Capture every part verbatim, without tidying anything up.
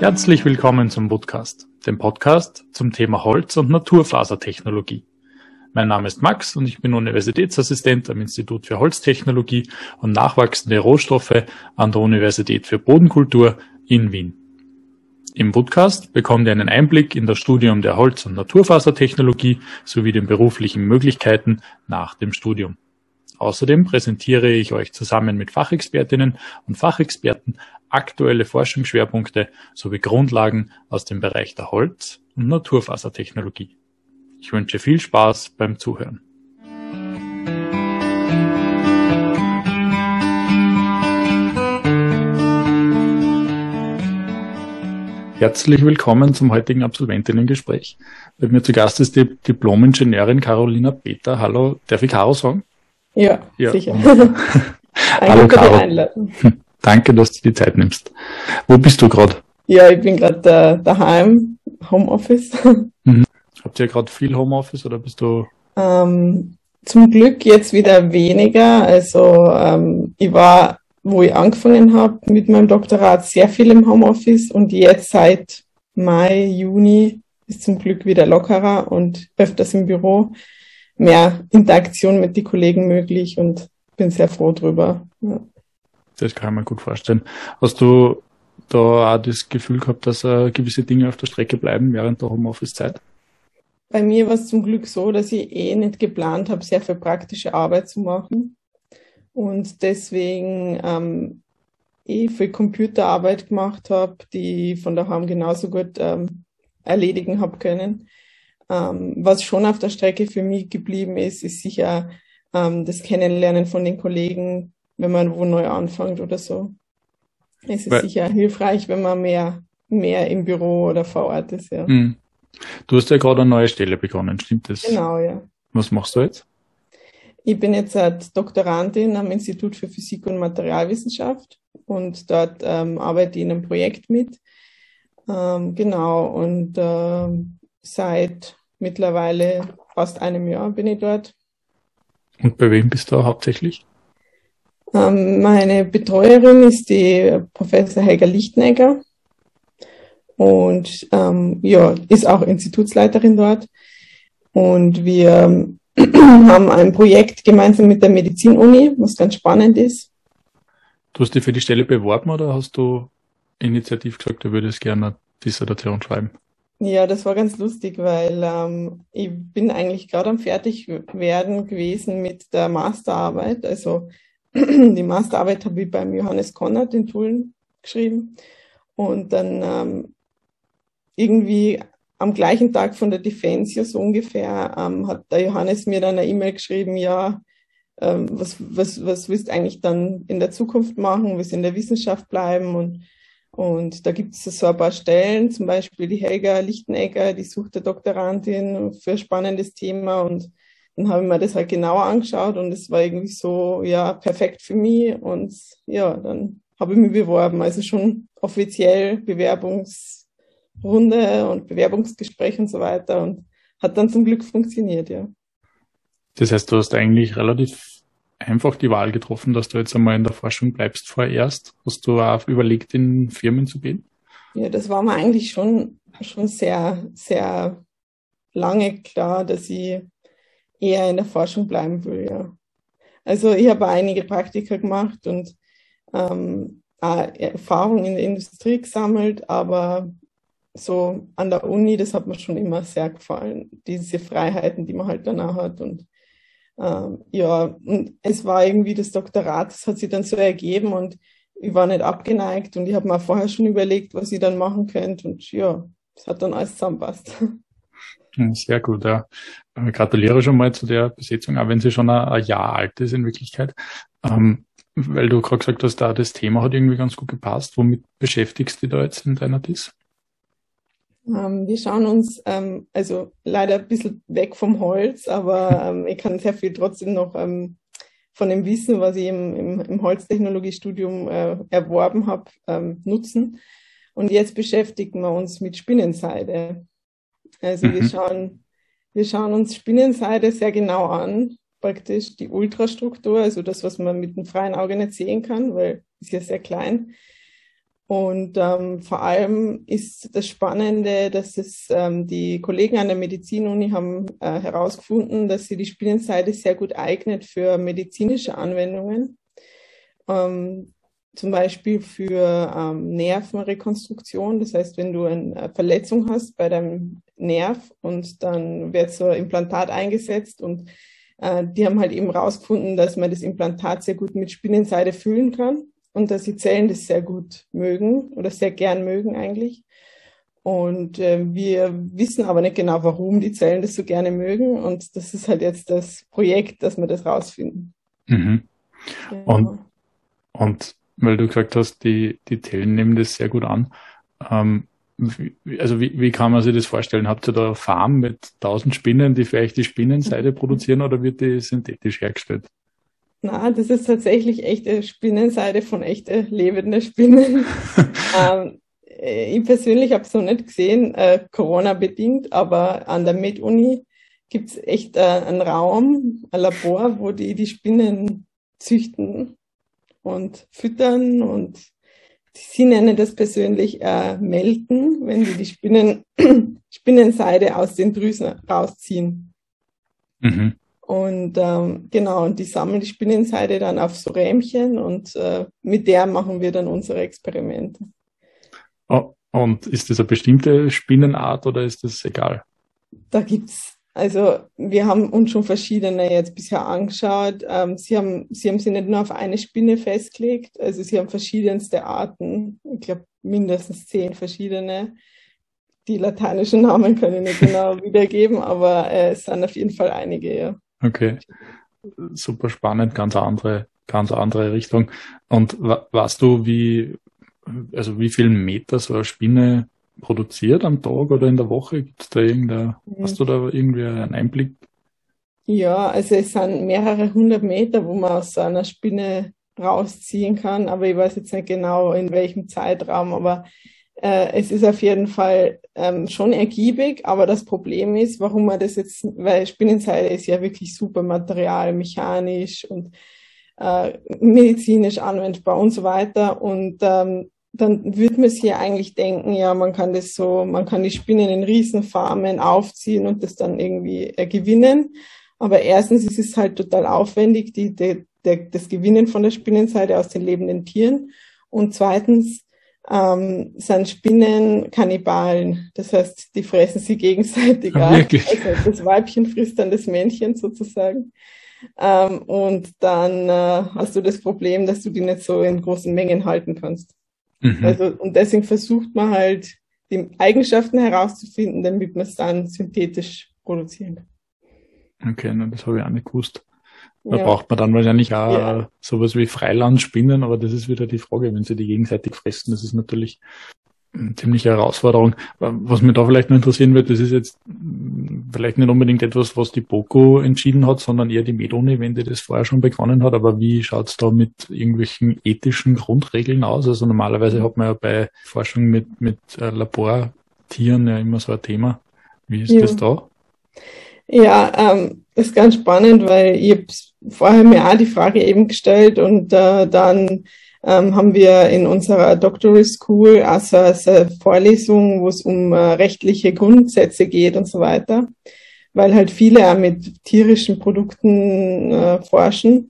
Herzlich willkommen zum Woodcast, dem Podcast zum Thema Holz- und Naturfasertechnologie. Mein Name ist Max und ich bin Universitätsassistent am Institut für Holztechnologie und nachwachsende Rohstoffe an der Universität für Bodenkultur in Wien. Im Woodcast bekommt ihr einen Einblick in das Studium der Holz- und Naturfasertechnologie sowie den beruflichen Möglichkeiten nach dem Studium. Außerdem präsentiere ich euch zusammen mit Fachexpertinnen und Fachexperten aktuelle Forschungsschwerpunkte sowie Grundlagen aus dem Bereich der Holz- und Naturfasertechnologie. Ich wünsche viel Spaß beim Zuhören. Herzlich willkommen zum heutigen Absolventinnengespräch. Bei mir zu Gast ist die Diplom-Ingenieurin Carolina Peter. Hallo, darf ich Caro sagen? Ja, ja, sicher. Hallo Caro. Danke, dass du die Zeit nimmst. Wo bist du gerade? Ja, ich bin gerade äh, daheim, Homeoffice. Mhm. Habt ihr gerade viel Homeoffice oder bist du? Ähm, zum Glück jetzt wieder weniger. Also ähm, ich war, wo ich angefangen habe mit meinem Doktorat, sehr viel im Homeoffice und jetzt seit Mai, Juni ist zum Glück wieder lockerer und öfters im Büro. Mehr Interaktion mit den Kollegen möglich und bin sehr froh drüber. Ja. Das kann ich mir gut vorstellen. Hast du da auch das Gefühl gehabt, dass uh, gewisse Dinge auf der Strecke bleiben während der Homeoffice-Zeit? Bei mir war es zum Glück so, dass ich eh nicht geplant habe, sehr viel praktische Arbeit zu machen und deswegen ähm, eh viel Computerarbeit gemacht habe, die ich von daheim genauso gut ähm, erledigen habe können. Ähm, was schon auf der Strecke für mich geblieben ist, ist sicher ähm, das Kennenlernen von den Kollegen, wenn man wo neu anfängt oder so. Es ist Weil, sicher hilfreich, wenn man mehr, mehr im Büro oder vor Ort ist, ja. Mh. Du hast ja gerade eine neue Stelle begonnen, stimmt das? Genau, ja. Was machst du jetzt? Ich bin jetzt als Doktorandin am Institut für Physik und Materialwissenschaft und dort ähm, arbeite ich in einem Projekt mit. Ähm, genau, und ähm, seit mittlerweile fast einem Jahr bin ich dort. Und bei wem bist du hauptsächlich? Ähm, meine Betreuerin ist die Professor Helga Lichtenegger und ähm, ja, ist auch Institutsleiterin dort. Und wir haben ein Projekt gemeinsam mit der Medizinuni, was ganz spannend ist. Du hast dich für die Stelle beworben oder hast du initiativ gesagt, du würdest gerne eine Dissertation schreiben? Ja, das war ganz lustig, weil ähm, ich bin eigentlich gerade am Fertigwerden gewesen mit der Masterarbeit. Also die Masterarbeit habe ich beim Johannes Konrad in Tulln geschrieben. Und dann ähm, irgendwie am gleichen Tag von der Defensio so ungefähr ähm, hat der Johannes mir dann eine E-Mail geschrieben, ja, ähm, was, was, was willst du eigentlich dann in der Zukunft machen, willst du in der Wissenschaft bleiben und Und da gibt es so ein paar Stellen, zum Beispiel die Helga Lichtenegger, die sucht eine Doktorandin für ein spannendes Thema und dann habe ich mir das halt genauer angeschaut und es war irgendwie so, ja, perfekt für mich und ja, dann habe ich mich beworben, also schon offiziell Bewerbungsrunde und Bewerbungsgespräch und so weiter und hat dann zum Glück funktioniert, ja. Das heißt, du hast eigentlich relativ einfach die Wahl getroffen, dass du jetzt einmal in der Forschung bleibst vorerst. Hast du auch überlegt, in Firmen zu gehen? Ja, das war mir eigentlich schon, schon sehr, sehr lange klar, dass ich eher in der Forschung bleiben will, ja. Also ich habe einige Praktika gemacht und ähm, Erfahrung in der Industrie gesammelt, aber so an der Uni, das hat mir schon immer sehr gefallen, diese Freiheiten, die man halt danach hat und Ähm, ja, und es war irgendwie das Doktorat, das hat sich dann so ergeben und ich war nicht abgeneigt und ich habe mir vorher schon überlegt, was ich dann machen könnte und ja, es hat dann alles zusammenpasst. Sehr gut, ja. Ich gratuliere schon mal zu der Besetzung, auch wenn sie schon ein, ein Jahr alt ist in Wirklichkeit. Ähm, weil du gerade gesagt hast, da das Thema hat irgendwie ganz gut gepasst. Womit beschäftigst du dich da jetzt in deiner Diss? Ähm, wir schauen uns, ähm, also leider ein bisschen weg vom Holz, aber ähm, ich kann sehr viel trotzdem noch ähm, von dem Wissen, was ich im, im, im Holztechnologiestudium äh, erworben habe, ähm, nutzen. Und jetzt beschäftigen wir uns mit Spinnenseide. Also mhm. wir schauen, wir schauen uns Spinnenseide sehr genau an, praktisch die Ultrastruktur, also das, was man mit dem freien Auge nicht sehen kann, weil es ist ja sehr klein. Und ähm, vor allem ist das Spannende, dass es ähm, die Kollegen an der Medizinuni haben äh, herausgefunden, dass sie die Spinnenseide sehr gut eignet für medizinische Anwendungen. Ähm, zum Beispiel für ähm, Nervenrekonstruktion. Das heißt, wenn du eine Verletzung hast bei deinem Nerv und dann wird so ein Implantat eingesetzt und äh, die haben halt eben herausgefunden, dass man das Implantat sehr gut mit Spinnenseide füllen kann und dass die Zellen das sehr gut mögen oder sehr gern mögen eigentlich. Und äh, wir wissen aber nicht genau, warum die Zellen das so gerne mögen und das ist halt jetzt das Projekt, dass wir das rausfinden. Mhm. Genau. Und, und weil du gesagt hast, die, die Zellen nehmen das sehr gut an. Ähm, wie, also wie, wie kann man sich das vorstellen? Habt ihr da eine Farm mit tausend Spinnen, die für euch die Spinnenseide produzieren oder wird die synthetisch hergestellt? Na, das ist tatsächlich echte Spinnenseide von echte lebende Spinnen. ähm, ich persönlich habe es noch nicht gesehen, äh, Corona-bedingt, aber an der Med-Uni gibt es echt äh, einen Raum, ein Labor, wo die die Spinnen züchten und füttern und sie nennen das persönlich äh, melken, wenn die die Spinnen, Spinnenseide aus den Drüsen rausziehen. Mhm. Und ähm, genau, und die sammeln die Spinnenseide dann auf so Rähmchen und äh, mit der machen wir dann unsere Experimente. Oh, und ist das eine bestimmte Spinnenart oder ist das egal? Da gibt's, also wir haben uns schon verschiedene jetzt bisher angeschaut. Ähm, sie haben, sie haben sich nicht nur auf eine Spinne festgelegt, also sie haben verschiedenste Arten. Ich glaube mindestens zehn verschiedene. Die lateinischen Namen kann ich nicht genau wiedergeben, aber äh, es sind auf jeden Fall einige, ja. Okay, super spannend, ganz andere, ganz andere Richtung. Und wa- weißt du, wie, also wie viel Meter so eine Spinne produziert am Tag oder in der Woche? Gibt's da irgendein, hast du da irgendwie einen Einblick? Ja, also es sind mehrere hundert Meter, wo man aus so einer Spinne rausziehen kann, aber ich weiß jetzt nicht genau, in welchem Zeitraum, aber äh, es ist auf jeden Fall ähm, schon ergiebig, aber das Problem ist, warum man das jetzt, weil Spinnenseide ist ja wirklich super Material, mechanisch und äh, medizinisch anwendbar und so weiter und ähm, dann würde man sich ja eigentlich denken, ja, man kann das so, man kann die Spinnen in Riesenfarmen aufziehen und das dann irgendwie äh, gewinnen. Aber erstens ist es halt total aufwendig, die, die, die, das Gewinnen von der Spinnenseide aus den lebenden Tieren. Und zweitens ähm, sind Spinnen Kannibalen. Das heißt, die fressen sie gegenseitig Ah, ab. wirklich? Also das Weibchen frisst dann das Männchen sozusagen. Ähm, und dann äh, hast du das Problem, dass du die nicht so in großen Mengen halten kannst. Mhm. Also, und deswegen versucht man halt, die Eigenschaften herauszufinden, damit man es dann synthetisch produzieren kann. Okay, na, das habe ich auch nicht gewusst. Da Ja. braucht man dann wahrscheinlich auch Ja. sowas wie Freilandspinnen, aber das ist wieder die Frage, wenn sie die gegenseitig fressen, das ist natürlich eine ziemliche Herausforderung. Was mich da vielleicht noch interessieren wird, das ist jetzt vielleicht nicht unbedingt etwas, was die BOKU entschieden hat, sondern eher die Med-Uni, wenn die das vorher schon begonnen hat. Aber wie schaut's da mit irgendwelchen ethischen Grundregeln aus? Also normalerweise hat man ja bei Forschung mit, mit äh, Labortieren ja immer so ein Thema. Wie ist Ja. das da? Ja, ähm, das ist ganz spannend, weil ich habe vorher mir auch die Frage eben gestellt und äh, dann ähm, haben wir in unserer Doctoral School also, also eine Vorlesung, wo es um äh, rechtliche Grundsätze geht und so weiter, weil halt viele auch mit tierischen Produkten äh, forschen.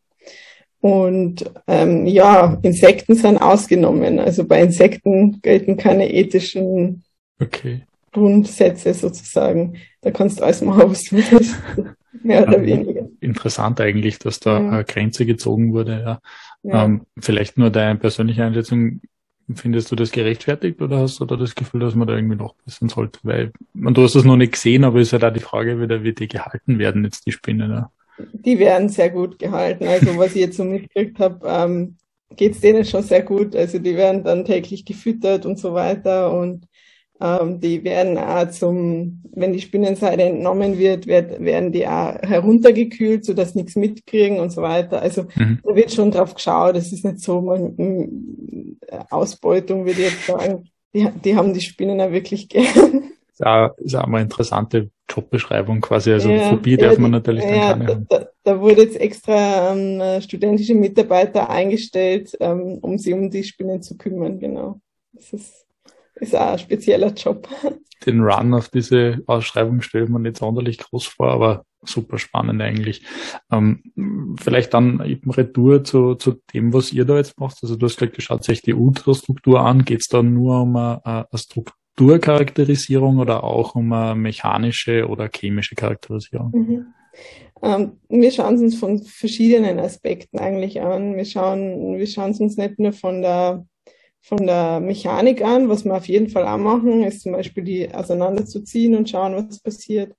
Und ähm, ja, Insekten sind ausgenommen. Also bei Insekten gelten keine ethischen Okay. Grundsätze sozusagen. Da kannst du alles machen, was du willst, mehr oder Ähm, weniger. Interessant eigentlich, dass da Ja. eine Grenze gezogen wurde. Ja. Ja. Ähm, vielleicht nur deine persönliche Einschätzung. Findest du das gerechtfertigt oder hast du da das Gefühl, dass man da irgendwie noch wissen sollte? Weil, man, du hast das noch nicht gesehen, aber es ist halt auch die Frage, wie da, wie die gehalten werden, jetzt die Spinnen. Ja. Die werden sehr gut gehalten. Also was ich jetzt so mitgekriegt habe, ähm, geht es denen schon sehr gut. Also die werden dann täglich gefüttert und so weiter und ähm, die werden auch zum, wenn die Spinnenseide entnommen wird, wird, werden die auch heruntergekühlt, sodass nichts mitkriegen und so weiter. Also Mhm. da wird schon drauf geschaut. Es ist nicht so man, m- Ausbeutung, würde ich jetzt sagen. Die, die haben die Spinnen auch wirklich gern. Ist auch, ist auch mal eine interessante Jobbeschreibung quasi. Also Ja, Phobie ja, darf man die- natürlich dann ja, keine da, haben. da, da wurde jetzt extra ähm, äh, studentische Mitarbeiter eingestellt, ähm, um sie um die Spinnen zu kümmern, genau. das ist, ist auch ein spezieller Job. Den Run auf diese Ausschreibung stellt man nicht sonderlich groß vor, aber super spannend eigentlich. Ähm, vielleicht dann eben Retour zu, zu dem, was ihr da jetzt macht. Also du hast gesagt, ihr schaut euch die Ultrastruktur an. Geht es da nur um eine, eine Strukturcharakterisierung oder auch um eine mechanische oder chemische Charakterisierung? Mhm. Ähm, wir schauen es uns von verschiedenen Aspekten eigentlich an. Wir schauen, wir schauen es uns nicht nur von der von der Mechanik an. Was wir auf jeden Fall auch machen, ist zum Beispiel die auseinanderzuziehen und schauen, was passiert.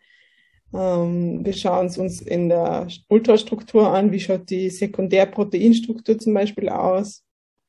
Ähm, wir schauen es uns in der Ultrastruktur an, wie schaut die Sekundärproteinstruktur zum Beispiel aus.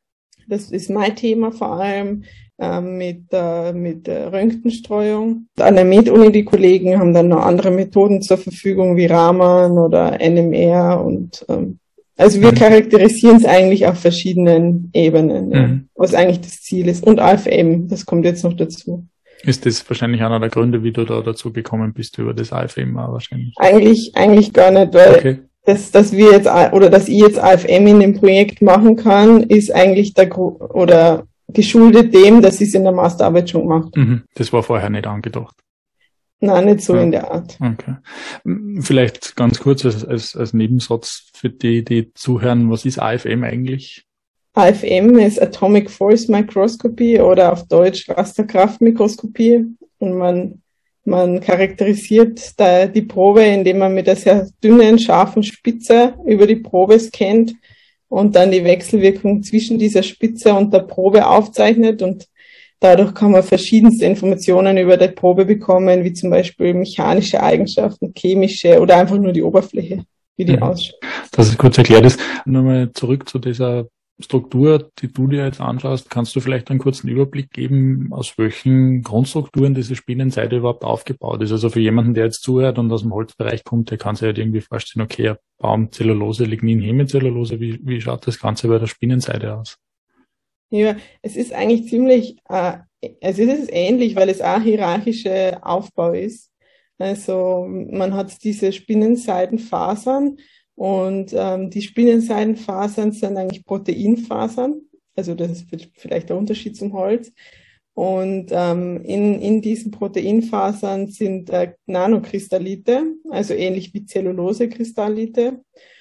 Das ist mein Thema vor allem, ähm, mit, äh, mit der Röntgenstreuung. An der Med-Uni, die Kollegen haben dann noch andere Methoden zur Verfügung, wie Raman oder N M R und ähm, also wir charakterisieren es eigentlich auf verschiedenen Ebenen, ja, mhm. was eigentlich das Ziel ist. Und A F M, das kommt jetzt noch dazu. Ist das wahrscheinlich einer der Gründe, wie du da dazu gekommen bist, über das A F M wahrscheinlich? Eigentlich, eigentlich gar nicht, weil okay. das, dass wir jetzt, oder dass ich jetzt A F M in dem Projekt machen kann, ist eigentlich der, oder geschuldet dem, dass ich es in der Masterarbeit schon gemacht habe. Mhm. Das war vorher nicht angedacht. Nein, nicht so ja. in der Art. Okay. Vielleicht ganz kurz als, als, als Nebensatz für die, die zuhören, was ist A F M eigentlich? A F M ist Atomic Force Microscopy oder auf Deutsch Rasterkraftmikroskopie. Und man, man charakterisiert da die Probe, indem man mit einer sehr dünnen, scharfen Spitze über die Probe scannt und dann die Wechselwirkung zwischen dieser Spitze und der Probe aufzeichnet, und dadurch kann man verschiedenste Informationen über die Probe bekommen, wie zum Beispiel mechanische Eigenschaften, chemische oder einfach nur die Oberfläche, wie die mhm. ausschaut. Dass es kurz erklärt ist. Nochmal zurück zu dieser Struktur, die du dir jetzt anschaust. Kannst du vielleicht einen kurzen Überblick geben, aus welchen Grundstrukturen diese Spinnenseite überhaupt aufgebaut ist? Also für jemanden, der jetzt zuhört und aus dem Holzbereich kommt, der kann sich halt irgendwie vorstellen, okay, ein Baum, Zellulose, Lignin, Hemicellulose. Wie, wie schaut das Ganze bei der Spinnenseite aus? Ja, es ist eigentlich ziemlich, äh, also es ist ähnlich, weil es auch hierarchischer Aufbau ist. Also man hat diese Spinnenseidenfasern und ähm, die Spinnenseidenfasern sind eigentlich Proteinfasern. Also das ist vielleicht der Unterschied zum Holz. Und ähm, in, in diesen Proteinfasern sind äh, Nanokristallite, also ähnlich wie Zellulosekristallite.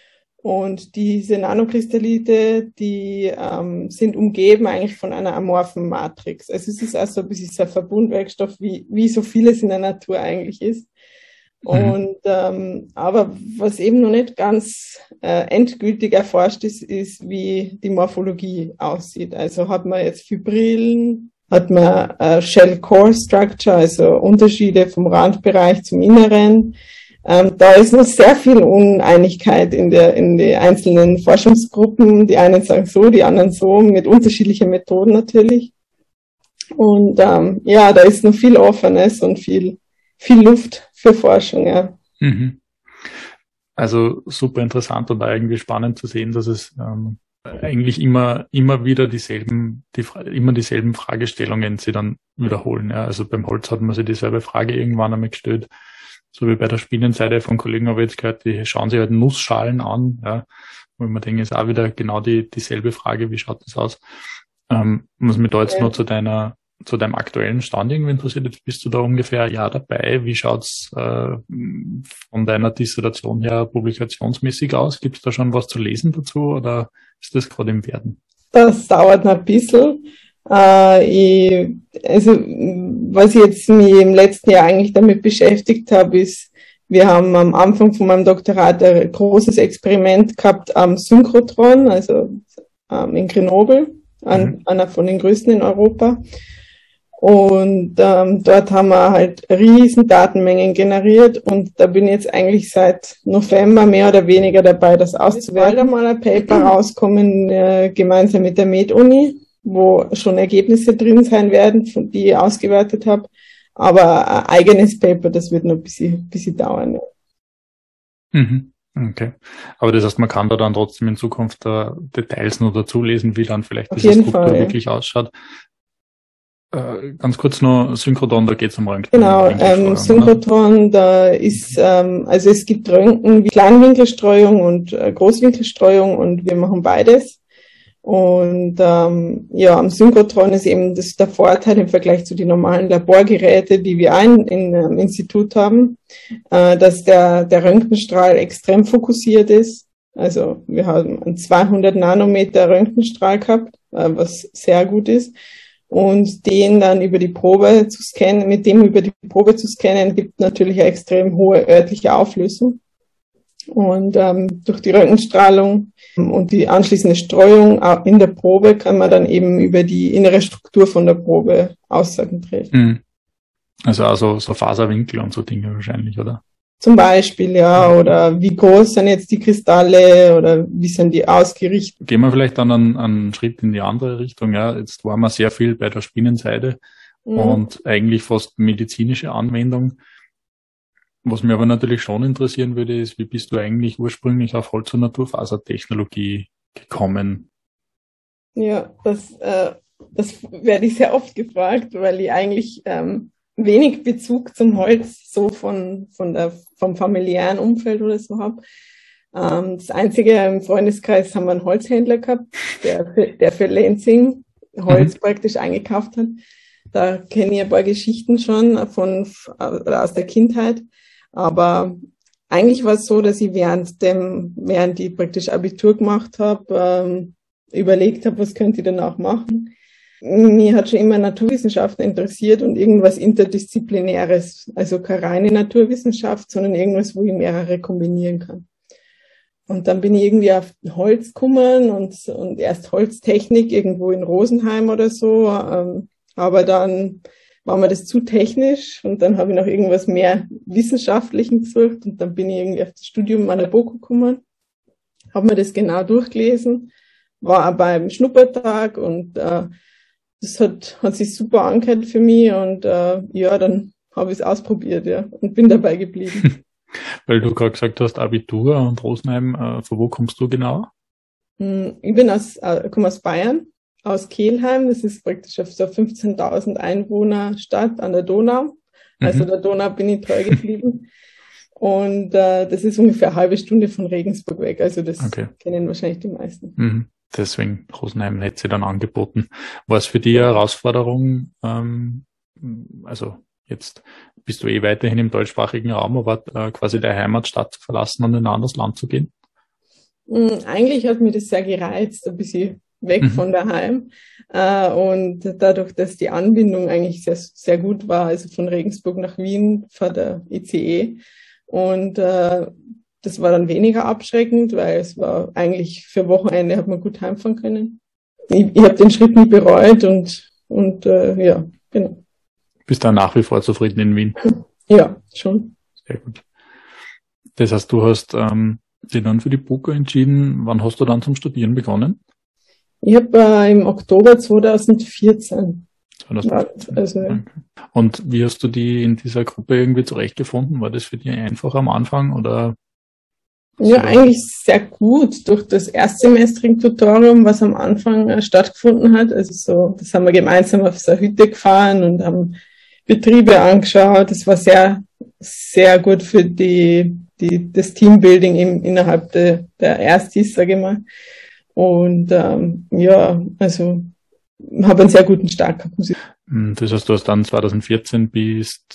Und diese Nanokristallite, die ähm, sind umgeben eigentlich von einer amorphen Matrix. Also es ist also ein bisschen so ein Verbundwerkstoff, wie, wie so vieles in der Natur eigentlich ist. Mhm. Und ähm, aber was eben noch nicht ganz äh, endgültig erforscht ist, ist, wie die Morphologie aussieht. Also hat man jetzt Fibrillen, hat man äh, Shell-Core-Structure, also Unterschiede vom Randbereich zum Inneren. Ähm, da ist noch sehr viel Uneinigkeit in der in den einzelnen Forschungsgruppen. Die einen sagen so, die anderen so, mit unterschiedlichen Methoden natürlich. Und ähm, ja, da ist noch viel Offenes und viel viel Luft für Forschung. Ja. Mhm. Also super interessant und irgendwie spannend zu sehen, dass es ähm, eigentlich immer immer wieder dieselben die immer dieselben Fragestellungen sie dann wiederholen. Ja. Also beim Holz hat man sich dieselbe Frage irgendwann einmal gestellt. So wie bei der Spinnenseite von Kollegen habe ich jetzt gehört, die schauen sich halt Nussschalen an, ja, wo man denkt, ist auch wieder genau die dieselbe Frage, wie schaut das aus? Ähm, was mich da jetzt ja. noch zu deiner, zu deinem aktuellen Stand irgendwie interessiert, jetzt bist du da ungefähr ein Jahr dabei. Wie schaut's äh, von deiner Dissertation her publikationsmäßig aus? Gibt es da schon was zu lesen dazu oder ist das gerade im Werden? Das dauert noch ein bisschen. Äh, ich, also, was ich jetzt mich im letzten Jahr eigentlich damit beschäftigt habe, ist, wir haben am Anfang von meinem Doktorat ein großes Experiment gehabt am Synchrotron, also ähm, in Grenoble, an, mhm. einer von den größten in Europa. Und ähm, dort haben wir halt riesen Datenmengen generiert und da bin ich jetzt eigentlich seit November mehr oder weniger dabei, das auszuwerten. Da mal ein Paper rauskommen, äh, gemeinsam mit der Med-Uni, wo schon Ergebnisse drin sein werden, von die ich ausgewertet habe. Aber ein eigenes Paper, das wird noch ein bisschen, bisschen dauern. Ja. Mhm. Okay. Aber das heißt, man kann da dann trotzdem in Zukunft uh, Details noch dazu lesen, wie dann vielleicht diese Struktur Fall, ja. wirklich ausschaut. Uh, ganz kurz noch Synchrotron, da geht es um Röntgen. Genau, ähm, Synchrotron, da ist, ähm, also es gibt Röntgen wie Kleinwinkelstreuung und äh, Großwinkelstreuung und wir machen beides. Und ähm, ja, am Synchrotron ist eben das der Vorteil im Vergleich zu den normalen Laborgeräten, die wir ein in, im Institut haben, äh, dass der, der Röntgenstrahl extrem fokussiert ist. Also wir haben einen zweihundert Nanometer Röntgenstrahl gehabt, äh, was sehr gut ist. Und den dann über die Probe zu scannen, mit dem über die Probe zu scannen, gibt natürlich eine extrem hohe örtliche Auflösung. Und ähm, durch die Röntgenstrahlung und die anschließende Streuung in der Probe kann man dann eben über die innere Struktur von der Probe Aussagen treffen. Also also so Faserwinkel und so Dinge wahrscheinlich, oder? Zum Beispiel, ja, oder wie groß sind jetzt die Kristalle oder wie sind die ausgerichtet? Gehen wir vielleicht dann einen, einen Schritt in die andere Richtung. Ja, jetzt waren wir sehr viel bei der Spinnenseide mhm. und eigentlich fast medizinische Anwendung. Was mir aber natürlich schon interessieren würde, ist, wie bist du eigentlich ursprünglich auf Holz- und Naturfasertechnologie gekommen? Ja, das, äh, das werde ich sehr oft gefragt, weil ich eigentlich ähm, wenig Bezug zum Holz so von, von der, vom familiären Umfeld oder so habe. Ähm, das Einzige im Freundeskreis haben wir einen Holzhändler gehabt, der für, der für Lenzing Holz mhm. praktisch eingekauft hat. Da kenne ich ein paar Geschichten schon von, aus der Kindheit. Aber eigentlich war es so, dass ich während dem, während ich praktisch Abitur gemacht habe, ähm, überlegt habe, was könnte ich danach machen. Mich hat schon immer Naturwissenschaften interessiert und irgendwas Interdisziplinäres, also keine reine Naturwissenschaft, sondern irgendwas, wo ich mehrere kombinieren kann. Und dann bin ich irgendwie auf Holz gekommen und, und erst Holztechnik irgendwo in Rosenheim oder so, ähm, aber dann war mir das zu technisch und dann habe ich noch irgendwas mehr Wissenschaftlichen gesucht und dann bin ich irgendwie auf das Studium an der BOKU gekommen, habe mir das genau durchgelesen, war auch beim Schnuppertag und äh, das hat, hat sich super angehört für mich und äh, ja, dann habe ich es ausprobiert, ja, und bin dabei geblieben. Weil du gerade gesagt hast, Abitur und Rosenheim, äh, von wo kommst du genau? Ich bin aus, äh, komme aus Bayern. Aus Kelheim, das ist praktisch auf so fünfzehntausend Einwohner Stadt an der Donau. Also mhm. der Donau bin ich treu geblieben. Und äh, das ist ungefähr eine halbe Stunde von Regensburg weg. Also das okay. kennen wahrscheinlich die meisten. Mhm. Deswegen Rosenheim hätte sie dann angeboten. War es für dich eine Herausforderung, ähm, also jetzt bist du eh weiterhin im deutschsprachigen Raum, aber äh, quasi deine Heimatstadt zu verlassen und in ein anderes Land zu gehen? Mhm, eigentlich hat mir das sehr gereizt, ein bisschen weg mhm. von daheim. Äh, und dadurch, dass die Anbindung eigentlich sehr, sehr gut war, also von Regensburg nach Wien vor der I C E. Und äh, das war dann weniger abschreckend, weil es war eigentlich für Wochenende hat man gut heimfahren können. Ich, ich habe den Schritt nie bereut und, und äh, ja, genau. Bist dann nach wie vor zufrieden in Wien? Ja, schon. Sehr gut. Das heißt, du hast ähm, dich dann für die BOKU entschieden. Wann hast du dann zum Studieren begonnen? Ich habe äh, im Oktober zweitausendvierzehn. zweitausendvierzehn. Also, ja. Okay. Und wie hast du die in dieser Gruppe irgendwie zurechtgefunden? War das für dich einfach am Anfang oder? Ja, eigentlich sehr gut. Durch das Erstsemestring-Tutorium, was am Anfang äh, stattgefunden hat. Also so, das haben wir gemeinsam auf so eine Hütte gefahren und haben Betriebe angeschaut. Das war sehr, sehr gut für die, die, das Teambuilding im, innerhalb de, der Erstis, sage ich mal. Und ähm, ja, also habe einen sehr guten Start gehabt. Das heißt, du hast dann zweitausendvierzehn bis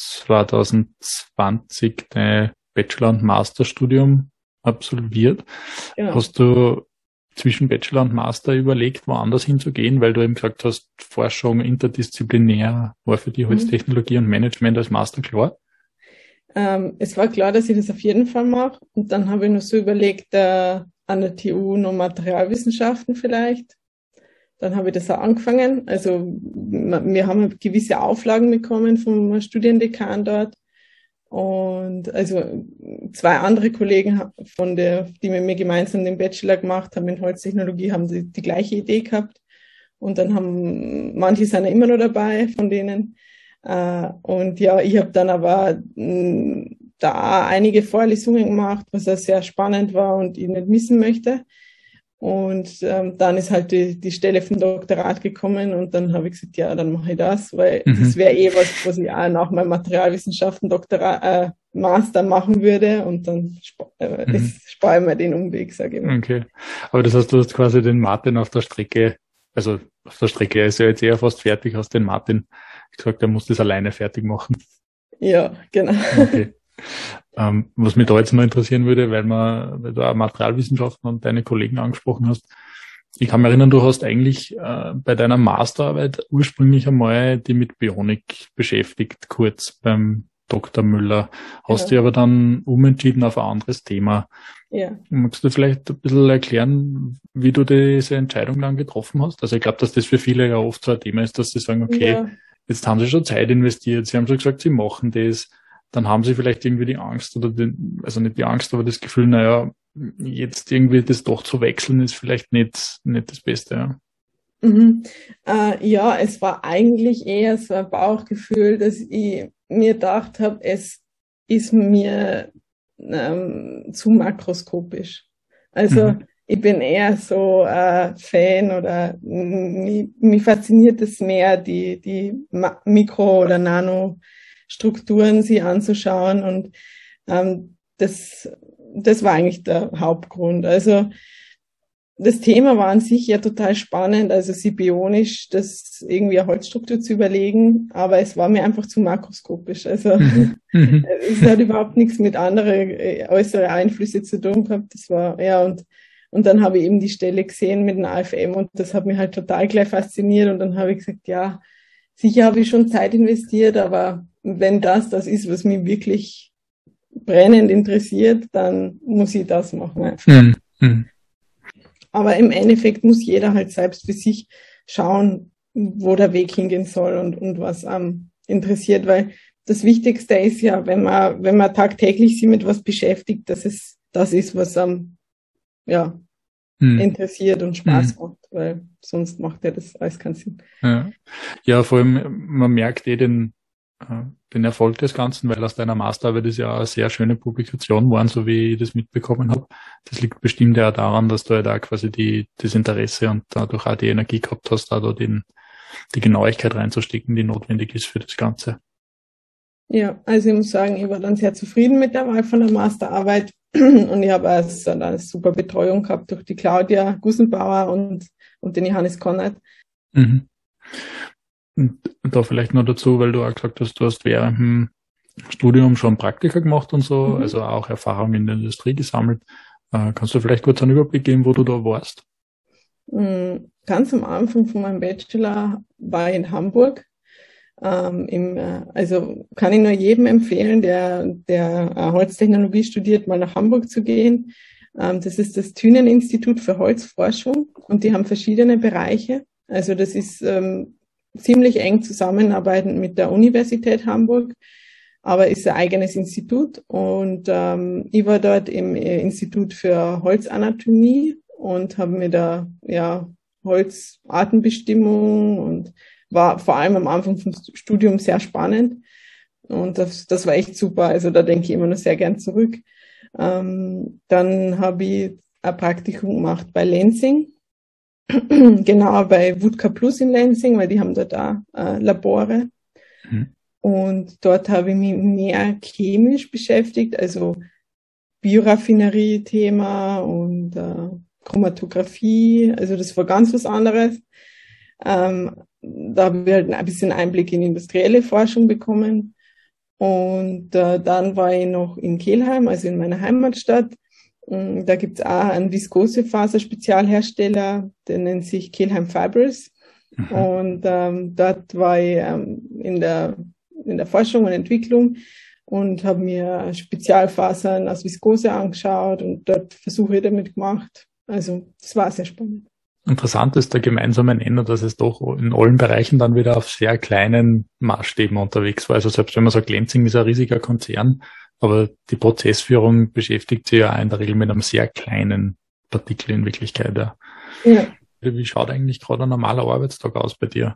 zweitausendzwanzig dein Bachelor- und Masterstudium absolviert. Genau. Hast du zwischen Bachelor und Master überlegt, woanders hinzugehen, weil du eben gesagt hast, Forschung interdisziplinär war für die Holztechnologie mhm. und Management als Master klar? Ähm, es war klar, dass ich das auf jeden Fall mache. Und dann habe ich noch so überlegt, äh, an der T U noch Materialwissenschaften vielleicht. Dann habe ich das auch angefangen. Also wir haben gewisse Auflagen bekommen vom Studiendekan dort. Und also zwei andere Kollegen von der, die mit mir gemeinsam den Bachelor gemacht haben in Holztechnologie, haben die, die gleiche Idee gehabt. Und dann haben, manche sind ja immer noch dabei von denen. Und ja, ich habe dann aber da einige Vorlesungen gemacht, was auch sehr spannend war und ich nicht missen möchte. Und ähm, dann ist halt die, die Stelle vom Doktorat gekommen und dann habe ich gesagt, ja, dann mache ich das, weil Mhm. das wäre eh was, was ich auch nach meinem Materialwissenschaften Doktorat, äh, Master machen würde und dann sp- äh, Mhm. es spare ich mir den Umweg, sage ich mal. Okay. Aber das heißt, du hast quasi den Martin auf der Strecke, also auf der Strecke, er ist ja jetzt eher fast fertig, hast den Martin gesagt, er muss das alleine fertig machen. Ja, genau. Okay. Ähm, was mich da jetzt mal interessieren würde, weil man, weil du auch Materialwissenschaften und deine Kollegen angesprochen hast. Ich kann mich erinnern, du hast eigentlich äh, bei deiner Masterarbeit ursprünglich einmal die mit Bionik beschäftigt, kurz beim Doktor Müller. Hast Genau. dich aber dann umentschieden auf ein anderes Thema. Ja. Magst du vielleicht ein bisschen erklären, wie du diese Entscheidung dann getroffen hast? Also ich glaube, dass das für viele ja oft so ein Thema ist, dass sie sagen, okay, Ja. jetzt haben sie schon Zeit investiert, sie haben schon gesagt, sie machen das, dann haben sie vielleicht irgendwie die Angst oder den, also nicht die Angst, aber das Gefühl, naja, jetzt irgendwie das doch zu wechseln ist vielleicht nicht, nicht das Beste. Ja. Mhm. Äh, ja, es war eigentlich eher so ein Bauchgefühl, dass ich mir gedacht habe, es ist mir ähm, zu makroskopisch. Also Mhm. ich bin eher so äh, Fan oder mich, mich fasziniert es mehr, die, die Ma- Mikro- oder Nanostrukturen sich anzuschauen und ähm, das, das war eigentlich der Hauptgrund. Also das Thema war an sich ja total spannend, also sie bionisch das irgendwie eine Holzstruktur zu überlegen, aber es war mir einfach zu makroskopisch. Also Mhm. Mhm. es hat überhaupt nichts mit anderen äh, äußeren Einflüssen zu tun gehabt. Das war, ja, und, und dann habe ich eben die Stelle gesehen mit dem A F M und das hat mich halt total gleich fasziniert und dann habe ich gesagt, ja, sicher habe ich schon Zeit investiert, aber wenn das das ist, was mich wirklich brennend interessiert, dann muss ich das machen einfach. Mhm. Mhm. Aber im Endeffekt muss jeder halt selbst für sich schauen, wo der Weg hingehen soll und, und was am interessiert, weil das Wichtigste ist ja, wenn man, wenn man tagtäglich sich mit was beschäftigt, dass es das ist, was am, ja, Mhm. interessiert und Spaß Mhm. macht, weil sonst macht ja das alles keinen Sinn. Ja. Ja, vor allem, man merkt eh den, äh, den Erfolg des Ganzen, weil aus deiner Masterarbeit ist ja eine sehr schöne Publikation geworden, so wie ich das mitbekommen habe. Das liegt bestimmt ja auch daran, dass du ja da quasi die, das Interesse und dadurch auch die Energie gehabt hast, da, da den, die Genauigkeit reinzustecken, die notwendig ist für das Ganze. Ja, also ich muss sagen, ich war dann sehr zufrieden mit der Wahl von der Masterarbeit und ich habe also eine super Betreuung gehabt durch die Claudia Gussenbauer und, und den Johannes Konrad. Mhm. Und da vielleicht noch dazu, weil du auch gesagt hast, du hast während dem Studium schon Praktika gemacht und so, Mhm. also auch Erfahrung in der Industrie gesammelt. Äh, kannst du vielleicht kurz einen Überblick geben, wo du da warst? Ganz am Anfang von meinem Bachelor war ich in Hamburg. Ähm, im, äh, also kann ich nur jedem empfehlen, der, der äh, Holztechnologie studiert, mal nach Hamburg zu gehen. Ähm, das ist das Thünen-Institut für Holzforschung und die haben verschiedene Bereiche. Also das ist ähm, ziemlich eng zusammenarbeitend mit der Universität Hamburg, aber ist ein eigenes Institut und ähm, ich war dort im äh, Institut für Holzanatomie und habe mir da ja Holzartenbestimmung und war vor allem am Anfang vom Studium sehr spannend und das, das war echt super. Also da denke ich immer noch sehr gern zurück. Ähm, dann habe ich ein Praktikum gemacht bei Lenzing, genau bei Wutka Plus in Lenzing, weil die haben dort auch äh, Labore. Mhm. Und dort habe ich mich mehr chemisch beschäftigt, also Bioraffinerie-Thema und äh, Chromatographie. Also das war ganz was anderes. Ähm, da habe ich halt ein bisschen Einblick in industrielle Forschung bekommen. Und äh, dann war ich noch in Kelheim, also in meiner Heimatstadt. Ähm, Da gibt es auch einen Viskosefaser-Spezialhersteller, der nennt sich Kelheim Fibers. Mhm. Und ähm, dort war ich ähm, in der, in der Forschung und Entwicklung und habe mir Spezialfasern aus Viskose angeschaut und dort Versuche damit gemacht. Also das war sehr spannend. Interessant ist der gemeinsame Nenner, dass es doch in allen Bereichen dann wieder auf sehr kleinen Maßstäben unterwegs war. Also selbst wenn man sagt, Lenzing ist ein riesiger Konzern, aber die Prozessführung beschäftigt sich ja auch in der Regel mit einem sehr kleinen Partikel in Wirklichkeit. Ja. Ja. Wie schaut eigentlich gerade ein normaler Arbeitstag aus bei dir?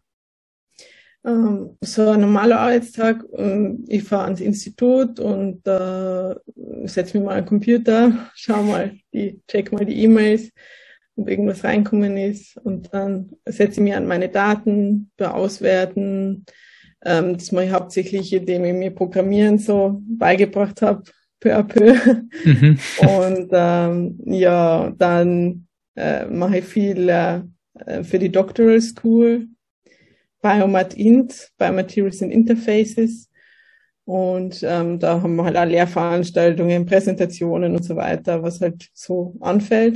Ähm, so ein normaler Arbeitstag, ähm, ich fahre ans Institut und äh, setze mich mal am Computer, schau mal, die, check mal die E-Mails ob irgendwas reinkommen ist. Und dann setze ich mich an meine Daten, auswerten. Ähm, das mache ich hauptsächlich, indem ich mir Programmieren so beigebracht habe, peu à peu. Mhm. Und ähm, ja, dann äh, mache ich viel äh, für die Doctoral School, Biomat Int, Biomaterials and Interfaces. Und ähm, da haben wir halt auch Lehrveranstaltungen, Präsentationen und so weiter, was halt so anfällt.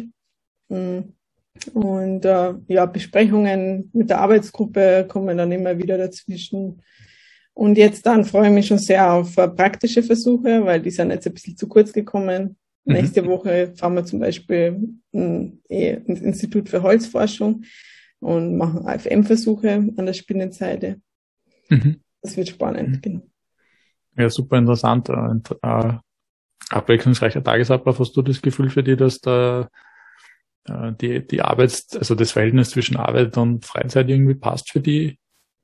Und äh, ja, Besprechungen mit der Arbeitsgruppe kommen dann immer wieder dazwischen. Und jetzt dann freue ich mich schon sehr auf äh, praktische Versuche, weil die sind jetzt ein bisschen zu kurz gekommen. Mhm. Nächste Woche fahren wir zum Beispiel äh, ins Institut für Holzforschung und machen A F M-Versuche an der Spinnenseide. Mhm. Das wird spannend, mhm. genau. Ja, super interessant. Und, äh, abwechslungsreicher Tagesablauf. Hast du das Gefühl für dich, dass da äh, die, die Arbeits-, also das Verhältnis zwischen Arbeit und Freizeit irgendwie passt für die?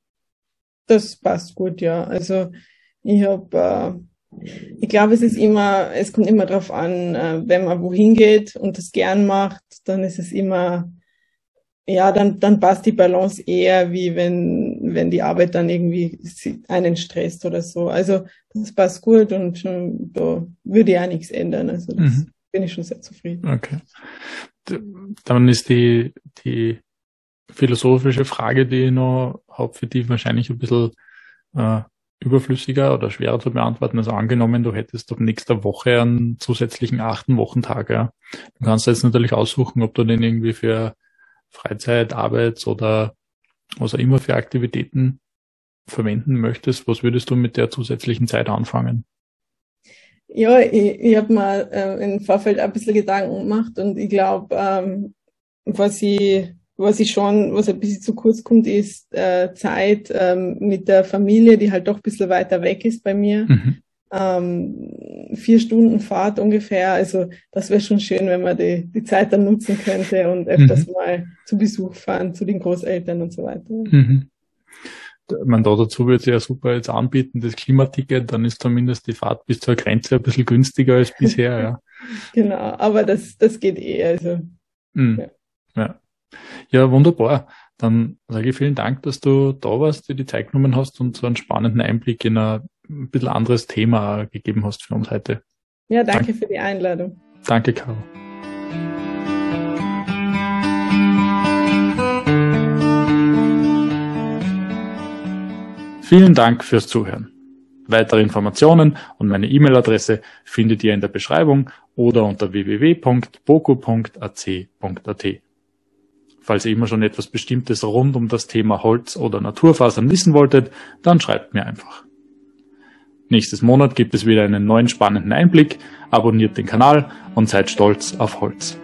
Das passt gut, ja. Also ich habe, äh, ich glaube, es ist immer, es kommt immer darauf an, äh, wenn man wohin geht und das gern macht, dann ist es immer, ja, dann, dann passt die Balance eher, wie wenn, wenn die Arbeit dann irgendwie einen stresst oder so. Also, das passt gut und schon, da würde ich auch nichts ändern. Also, das mhm. bin ich schon sehr zufrieden. Okay. Dann ist die, die philosophische Frage, die ich noch habe, für die wahrscheinlich ein bisschen äh, überflüssiger oder schwerer zu beantworten. Also angenommen, du hättest ab nächster Woche einen zusätzlichen achten Wochentag. Ja. Du kannst jetzt natürlich aussuchen, ob du den irgendwie für Freizeit, Arbeit oder was auch immer für Aktivitäten verwenden möchtest. Was würdest du mit der zusätzlichen Zeit anfangen? Ja, ich, ich habe mal äh, im Vorfeld ein bisschen Gedanken gemacht und ich glaube, ähm, was ich was ich schon, was ein bisschen zu kurz kommt, ist äh, Zeit ähm, mit der Familie, die halt doch ein bisschen weiter weg ist bei mir. Mhm. Ähm, vier Stunden Fahrt ungefähr. Also das wäre schon schön, wenn man die, die Zeit dann nutzen könnte und öfters mhm. mal zu Besuch fahren, zu den Großeltern und so weiter. Mhm. Man da dazu würde es ja super jetzt anbieten, das Klimaticket, dann ist zumindest die Fahrt bis zur Grenze ein bisschen günstiger als bisher, ja. Genau, aber das, das geht eh, also. Mhm. Ja. ja. Ja, wunderbar. Dann sage ich vielen Dank, dass du da warst, dir die Zeit genommen hast und so einen spannenden Einblick in ein, ein bisschen anderes Thema gegeben hast für uns heute. Ja, danke Dank. für die Einladung. Danke, Caro. Vielen Dank fürs Zuhören. Weitere Informationen und meine E-Mail-Adresse findet ihr in der Beschreibung oder unter w w w punkt boku punkt a c punkt a t. Falls ihr immer schon etwas Bestimmtes rund um das Thema Holz oder Naturfasern wissen wolltet, dann schreibt mir einfach. Nächstes Monat gibt es wieder einen neuen spannenden Einblick. Abonniert den Kanal und seid stolz auf Holz.